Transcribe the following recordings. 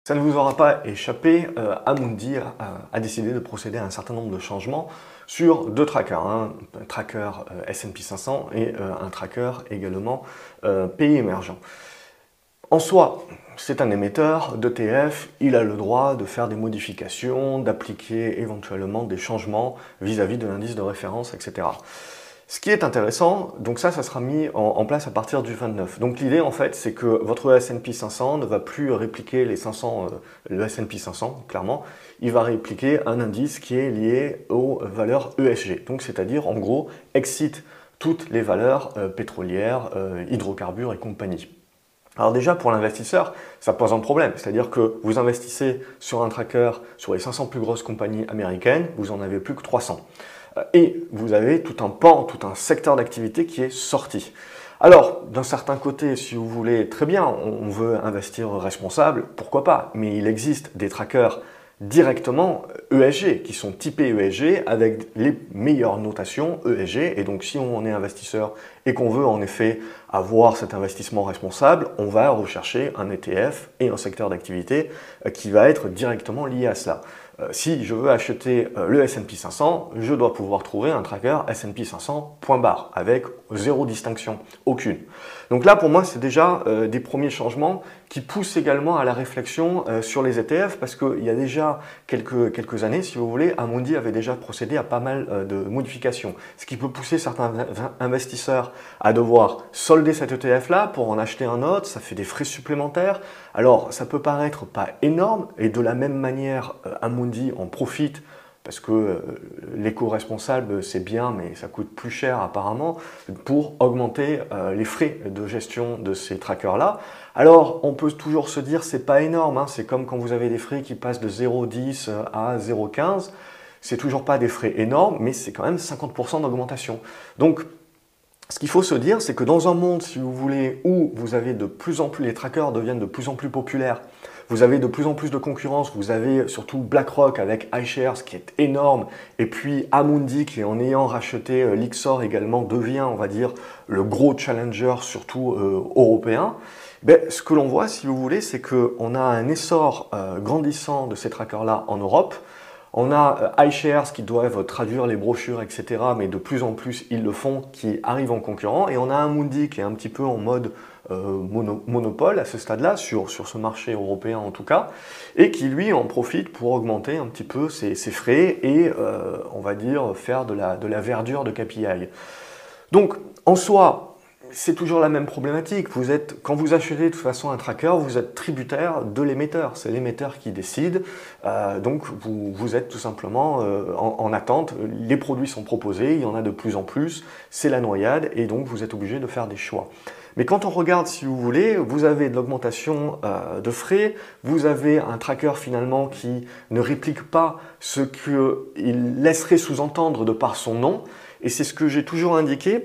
Ça ne vous aura pas échappé, Amundi a décidé de procéder à un certain nombre de changements sur deux trackers, un tracker S&P 500 et un tracker également pays émergents. En soi, c'est un émetteur d'ETF, il a le droit de faire des modifications, d'appliquer éventuellement des changements vis-à-vis de l'indice de référence, etc. Ce qui est intéressant, donc ça sera mis en place à partir du 29. Donc l'idée en fait, c'est que votre S&P 500 ne va plus répliquer les 500, le S&P 500, clairement. Il va répliquer un indice qui est lié aux valeurs ESG. Donc c'est-à-dire en gros, excite toutes les valeurs pétrolières, hydrocarbures et compagnie. Alors déjà, pour l'investisseur, ça pose un problème. C'est-à-dire que vous investissez sur un tracker sur les 500 plus grosses compagnies américaines, vous en avez plus que 300. Et vous avez tout un pan, tout un secteur d'activité qui est sorti. Alors, d'un certain côté, si vous voulez, très bien, on veut investir responsable, pourquoi pas. Mais il existe des trackers directement ESG, qui sont typés ESG avec les meilleures notations ESG. Et donc, si on est investisseur et qu'on veut en effet avoir cet investissement responsable, on va rechercher un ETF et un secteur d'activité qui va être directement lié à cela. Si je veux acheter le S&P 500, je dois pouvoir trouver un tracker S&P 500 point barre avec zéro distinction, aucune. Donc là, pour moi, c'est déjà des premiers changements qui poussent également à la réflexion sur les ETF parce qu'il y a déjà quelques années, si vous voulez, Amundi avait déjà procédé à pas mal de modifications, ce qui peut pousser certains investisseurs à devoir solder cet ETF-là pour en acheter un autre, ça fait des frais supplémentaires. Alors, ça peut paraître pas énorme et de la même manière, Amundi en profite parce que l'éco-responsable c'est bien mais ça coûte plus cher apparemment pour augmenter les frais de gestion de ces trackers là. Alors on peut toujours se dire c'est pas énorme, hein, c'est comme quand vous avez des frais qui passent de 0,10 à 0,15, c'est toujours pas des frais énormes mais c'est quand même 50% d'augmentation. Donc ce qu'il faut se dire, c'est que dans un monde, si vous voulez, où vous avez de plus en plus, les trackers deviennent de plus en plus populaires, vous avez de plus en plus de concurrence, vous avez surtout BlackRock avec iShares qui est énorme, et puis Amundi qui en ayant racheté Lyxor également devient, on va dire, le gros challenger surtout européen. Ben, ce que l'on voit, si vous voulez, c'est qu'on a un essor grandissant de ces trackers-là en Europe. On a iShares qui doivent traduire les brochures, etc. Mais de plus en plus, ils le font, qui arrivent en concurrent. Et on a Amundi qui est un petit peu en mode monopole à ce stade-là, sur ce marché européen en tout cas, et qui lui en profite pour augmenter un petit peu ses frais et, on va dire, faire de la verdure de KPI. Donc, en soi, c'est toujours la même problématique. Quand vous achetez de toute façon un tracker, vous êtes tributaire de l'émetteur. C'est l'émetteur qui décide. Donc vous êtes tout simplement en attente. Les produits sont proposés, il y en a de plus en plus. C'est la noyade et donc vous êtes obligé de faire des choix. Mais quand on regarde, si vous voulez, vous avez de l'augmentation de frais, vous avez un tracker finalement qui ne réplique pas ce qu'il laisserait sous-entendre de par son nom. Et c'est ce que j'ai toujours indiqué.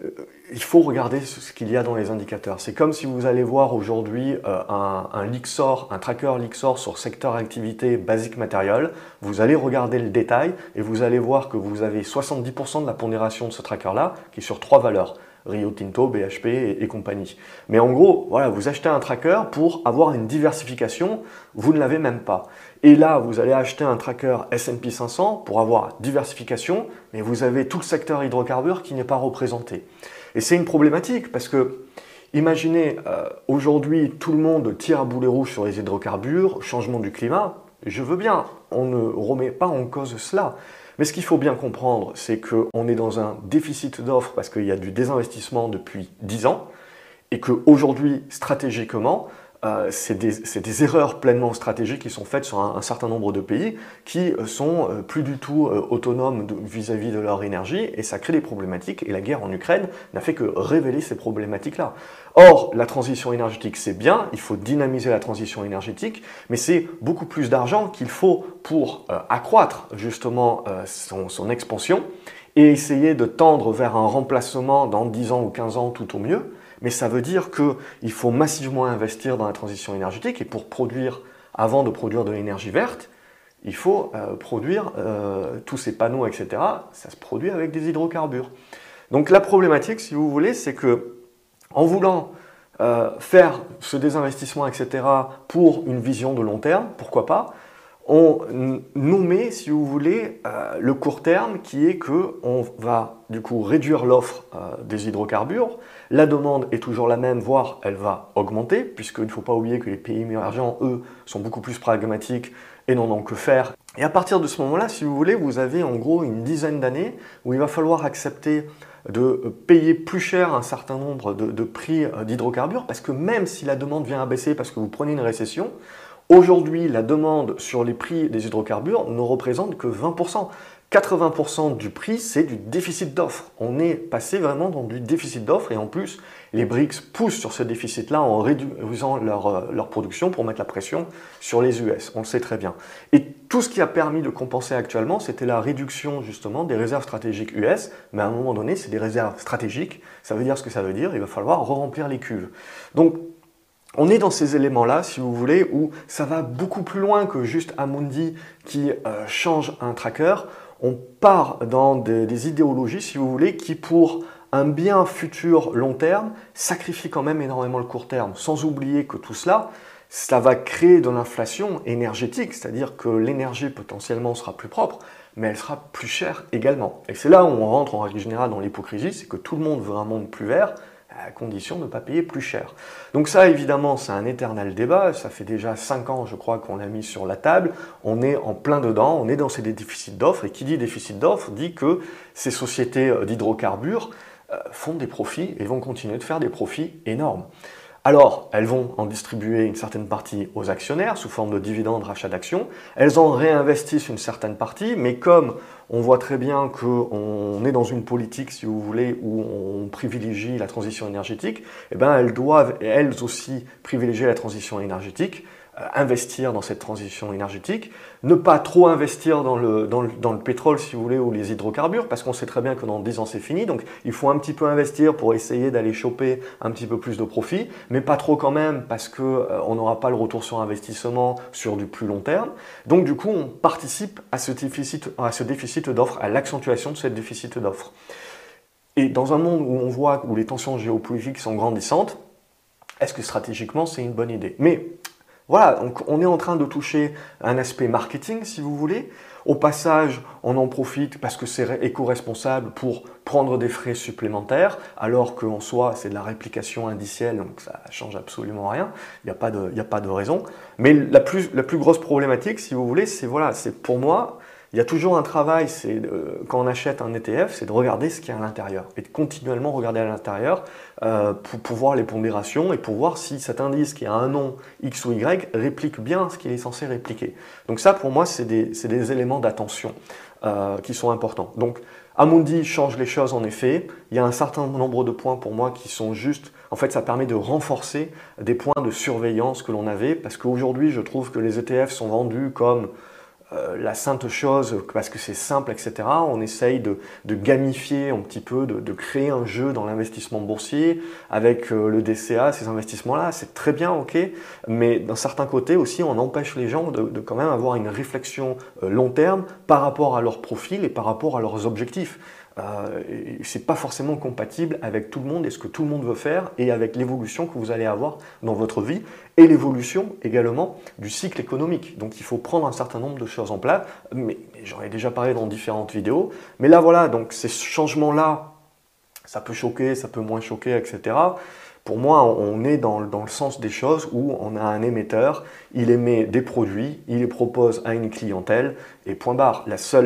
Il faut regarder ce qu'il y a dans les indicateurs. C'est comme si vous allez voir aujourd'hui un Lyxor, un tracker Lyxor sur secteur activité basique matériel. Vous allez regarder le détail et vous allez voir que vous avez 70% de la pondération de ce tracker-là qui est sur trois valeurs. Rio Tinto, BHP et compagnie. Mais en gros, voilà, vous achetez un tracker pour avoir une diversification, vous ne l'avez même pas. Et là, vous allez acheter un tracker S&P 500 pour avoir diversification, mais vous avez tout le secteur hydrocarbures qui n'est pas représenté. Et c'est une problématique parce que, imaginez, aujourd'hui, tout le monde tire à boulet rouge sur les hydrocarbures, changement du climat, je veux bien, on ne remet pas en cause cela. Mais ce qu'il faut bien comprendre, c'est qu'on est dans un déficit d'offres parce qu'il y a du désinvestissement depuis 10 ans et qu'aujourd'hui, stratégiquement, c'est des erreurs pleinement stratégiques qui sont faites sur un certain nombre de pays qui sont plus du tout autonomes vis-à-vis de leur énergie et ça crée des problématiques et la guerre en Ukraine n'a fait que révéler ces problématiques-là. Or, la transition énergétique, c'est bien, il faut dynamiser la transition énergétique, mais c'est beaucoup plus d'argent qu'il faut pour accroître justement son expansion et essayer de tendre vers un remplacement dans 10 ans ou 15 ans tout au mieux. Mais ça veut dire qu'il faut massivement investir dans la transition énergétique et pour produire, avant de produire de l'énergie verte, il faut produire tous ces panneaux, etc. Ça se produit avec des hydrocarbures. Donc la problématique, si vous voulez, c'est que en voulant faire ce désinvestissement, etc., pour une vision de long terme, pourquoi pas. On nommait, si vous voulez, le court terme qui est qu'on va du coup réduire l'offre des hydrocarbures. La demande est toujours la même, voire elle va augmenter, puisqu'il ne faut pas oublier que les pays émergents, eux, sont beaucoup plus pragmatiques et n'en ont que faire. Et à partir de ce moment-là, si vous voulez, vous avez en gros une dizaine d'années où il va falloir accepter de payer plus cher un certain nombre de prix d'hydrocarbures, parce que même si la demande vient à baisser parce que vous prenez une récession, aujourd'hui, la demande sur les prix des hydrocarbures ne représente que 20%. 80% du prix, c'est du déficit d'offres. On est passé vraiment dans du déficit d'offres et en plus, les BRICS poussent sur ce déficit-là en réduisant leur production pour mettre la pression sur les US. On le sait très bien. Et tout ce qui a permis de compenser actuellement, c'était la réduction justement des réserves stratégiques US. Mais à un moment donné, c'est des réserves stratégiques. Ça veut dire ce que ça veut dire. Il va falloir re-remplir les cuves. Donc, on est dans ces éléments-là, si vous voulez, où ça va beaucoup plus loin que juste Amundi qui change un tracker. On part dans des idéologies, si vous voulez, qui pour un bien futur long terme sacrifient quand même énormément le court terme. Sans oublier que tout cela, ça va créer de l'inflation énergétique, c'est-à-dire que l'énergie potentiellement sera plus propre, mais elle sera plus chère également. Et c'est là où on rentre en règle générale dans l'hypocrisie, c'est que tout le monde veut un monde plus vert, à condition de ne pas payer plus cher. Donc ça, évidemment, c'est un éternel débat. Ça fait déjà 5 ans, je crois, qu'on l'a mis sur la table. On est en plein dedans, on est dans ces déficits d'offres. Et qui dit déficit d'offres dit que ces sociétés d'hydrocarbures font des profits et vont continuer de faire des profits énormes. Alors, elles vont en distribuer une certaine partie aux actionnaires sous forme de dividendes, rachat d'actions. Elles en réinvestissent une certaine partie, mais comme on voit très bien qu'on est dans une politique, si vous voulez, où on privilégie la transition énergétique, eh bien, elles doivent, elles aussi, privilégier la transition énergétique, investir dans cette transition énergétique, ne pas trop investir dans le pétrole, si vous voulez, ou les hydrocarbures, parce qu'on sait très bien que dans 10 ans, c'est fini. Donc, il faut un petit peu investir pour essayer d'aller choper un petit peu plus de profit, mais pas trop quand même, parce qu'on n'aura pas le retour sur investissement sur du plus long terme. Donc, du coup, on participe à ce déficit d'offres, à l'accentuation de ce déficit d'offres. Et dans un monde où on voit où les tensions géopolitiques sont grandissantes, est-ce que stratégiquement, c'est une bonne idée? Mais voilà, donc on est en train de toucher un aspect marketing, si vous voulez. Au passage, on en profite parce que c'est éco-responsable pour prendre des frais supplémentaires, alors qu'en soi, c'est de la réplication indicielle, donc ça ne change absolument rien. Il n'y a pas de raison. Mais la plus grosse problématique, si vous voulez, c'est voilà, c'est pour moi, il y a toujours un travail, quand on achète un ETF, c'est de regarder ce qu'il y a à l'intérieur et de continuellement regarder à l'intérieur pour voir les pondérations et pour voir si cet indice qui a un nom X ou Y réplique bien ce qu'il est censé répliquer. Donc ça, pour moi, c'est des éléments d'attention qui sont importants. Donc Amundi change les choses en effet. Il y a un certain nombre de points pour moi qui sont juste. En fait, ça permet de renforcer des points de surveillance que l'on avait parce qu'aujourd'hui, je trouve que les ETF sont vendus comme la sainte chose, parce que c'est simple, etc. On essaye de gamifier un petit peu, de créer un jeu dans l'investissement boursier avec le DCA, ces investissements-là, c'est très bien, ok, mais d'un certain côté aussi, on empêche les gens de quand même avoir une réflexion long terme par rapport à leur profil et par rapport à leurs objectifs. C'est pas forcément compatible avec tout le monde et ce que tout le monde veut faire et avec l'évolution que vous allez avoir dans votre vie et l'évolution également du cycle économique. Donc il faut prendre un certain nombre de choses en place, mais j'en ai déjà parlé dans différentes vidéos. Mais là voilà, donc ces changements-là, ça peut choquer, ça peut moins choquer, etc. Pour moi, on est dans le sens des choses où on a un émetteur, il émet des produits, il les propose à une clientèle et point barre.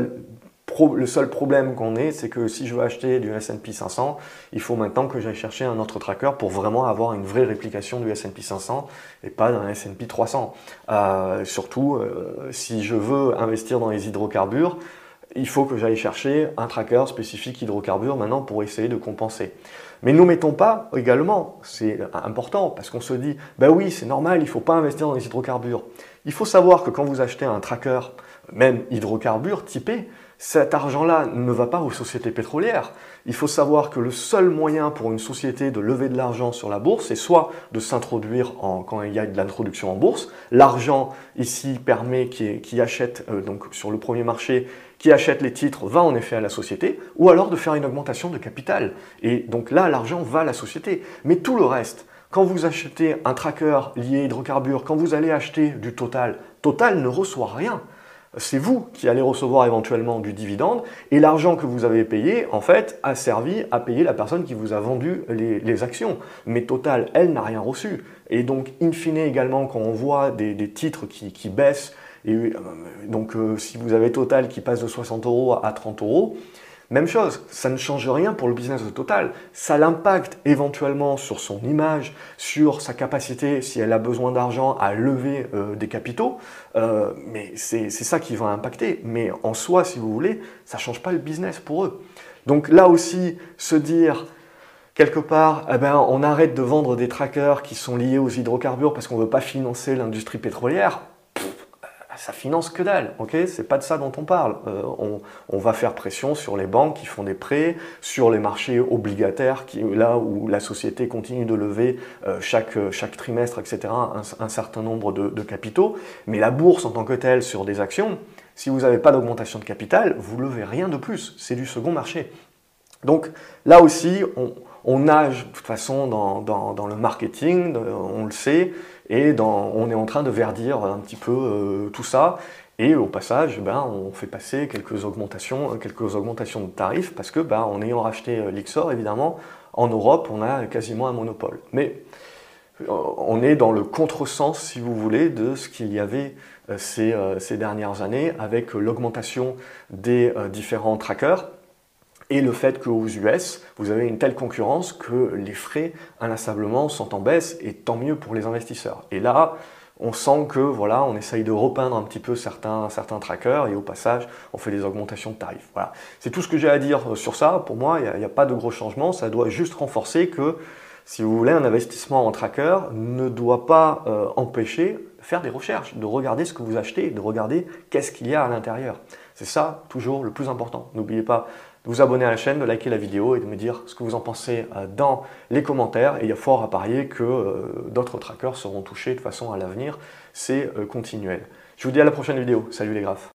Le seul problème qu'on ait, c'est que si je veux acheter du S&P 500, il faut maintenant que j'aille chercher un autre tracker pour vraiment avoir une vraie réplication du S&P 500 et pas d'un S&P 300. Surtout, si je veux investir dans les hydrocarbures, il faut que j'aille chercher un tracker spécifique hydrocarbures maintenant pour essayer de compenser. Mais ne nous mettons pas également, c'est important parce qu'on se dit, ben oui, c'est normal, il ne faut pas investir dans les hydrocarbures. Il faut savoir que quand vous achetez un tracker, même hydrocarbures typé, cet argent-là ne va pas aux sociétés pétrolières. Il faut savoir que le seul moyen pour une société de lever de l'argent sur la bourse, c'est soit de s'introduire quand il y a de l'introduction en bourse. L'argent ici permet qui achète donc sur le premier marché, qui achète les titres va en effet à la société, ou alors de faire une augmentation de capital. Et donc là, l'argent va à la société. Mais tout le reste, quand vous achetez un tracker lié à hydrocarbures, quand vous allez acheter du Total, Total ne reçoit rien. C'est vous qui allez recevoir éventuellement du dividende et l'argent que vous avez payé, en fait, a servi à payer la personne qui vous a vendu les actions. Mais Total, elle, n'a rien reçu. Et donc, in fine également, quand on voit des titres qui baissent, et donc si vous avez Total qui passe de 60 € à 30 €, même chose, ça ne change rien pour le business de Total. Ça l'impacte éventuellement sur son image, sur sa capacité, si elle a besoin d'argent, à lever des capitaux. Mais c'est ça qui va impacter. Mais en soi, si vous voulez, ça ne change pas le business pour eux. Donc là aussi, se dire quelque part, eh ben, on arrête de vendre des trackers qui sont liés aux hydrocarbures parce qu'on ne veut pas financer l'industrie pétrolière. Ça finance que dalle, ok? C'est pas de ça dont on parle. On va faire pression sur les banques qui font des prêts, sur les marchés obligataires, là où la société continue de lever chaque trimestre, etc., un certain nombre de capitaux. Mais la bourse en tant que telle, sur des actions, si vous n'avez pas d'augmentation de capital, vous ne levez rien de plus. C'est du second marché. Donc là aussi, on nage de toute façon dans le marketing, on le sait, et on est en train de verdir un petit peu tout ça. Et au passage, on fait passer quelques augmentations de tarifs parce que, en ayant racheté Lyxor, évidemment, en Europe, on a quasiment un monopole. Mais on est dans le contresens, si vous voulez, de ce qu'il y avait ces dernières années avec l'augmentation des différents trackers. Et le fait qu'aux US, vous avez une telle concurrence que les frais, inlassablement, sont en baisse, et tant mieux pour les investisseurs. Et là, on sent que voilà, on essaye de repeindre un petit peu certains trackers, et au passage, on fait des augmentations de tarifs. Voilà. C'est tout ce que j'ai à dire sur ça. Pour moi, il n'y a pas de gros changements. Ça doit juste renforcer que, si vous voulez, un investissement en tracker ne doit pas empêcher de faire des recherches, de regarder ce que vous achetez, de regarder qu'est-ce qu'il y a à l'intérieur. C'est ça, toujours, le plus important. N'oubliez pas de vous abonner à la chaîne, de liker la vidéo et de me dire ce que vous en pensez dans les commentaires. Et il y a fort à parier que d'autres trackers seront touchés de façon à l'avenir. C'est continuel. Je vous dis à la prochaine vidéo. Salut les graphes.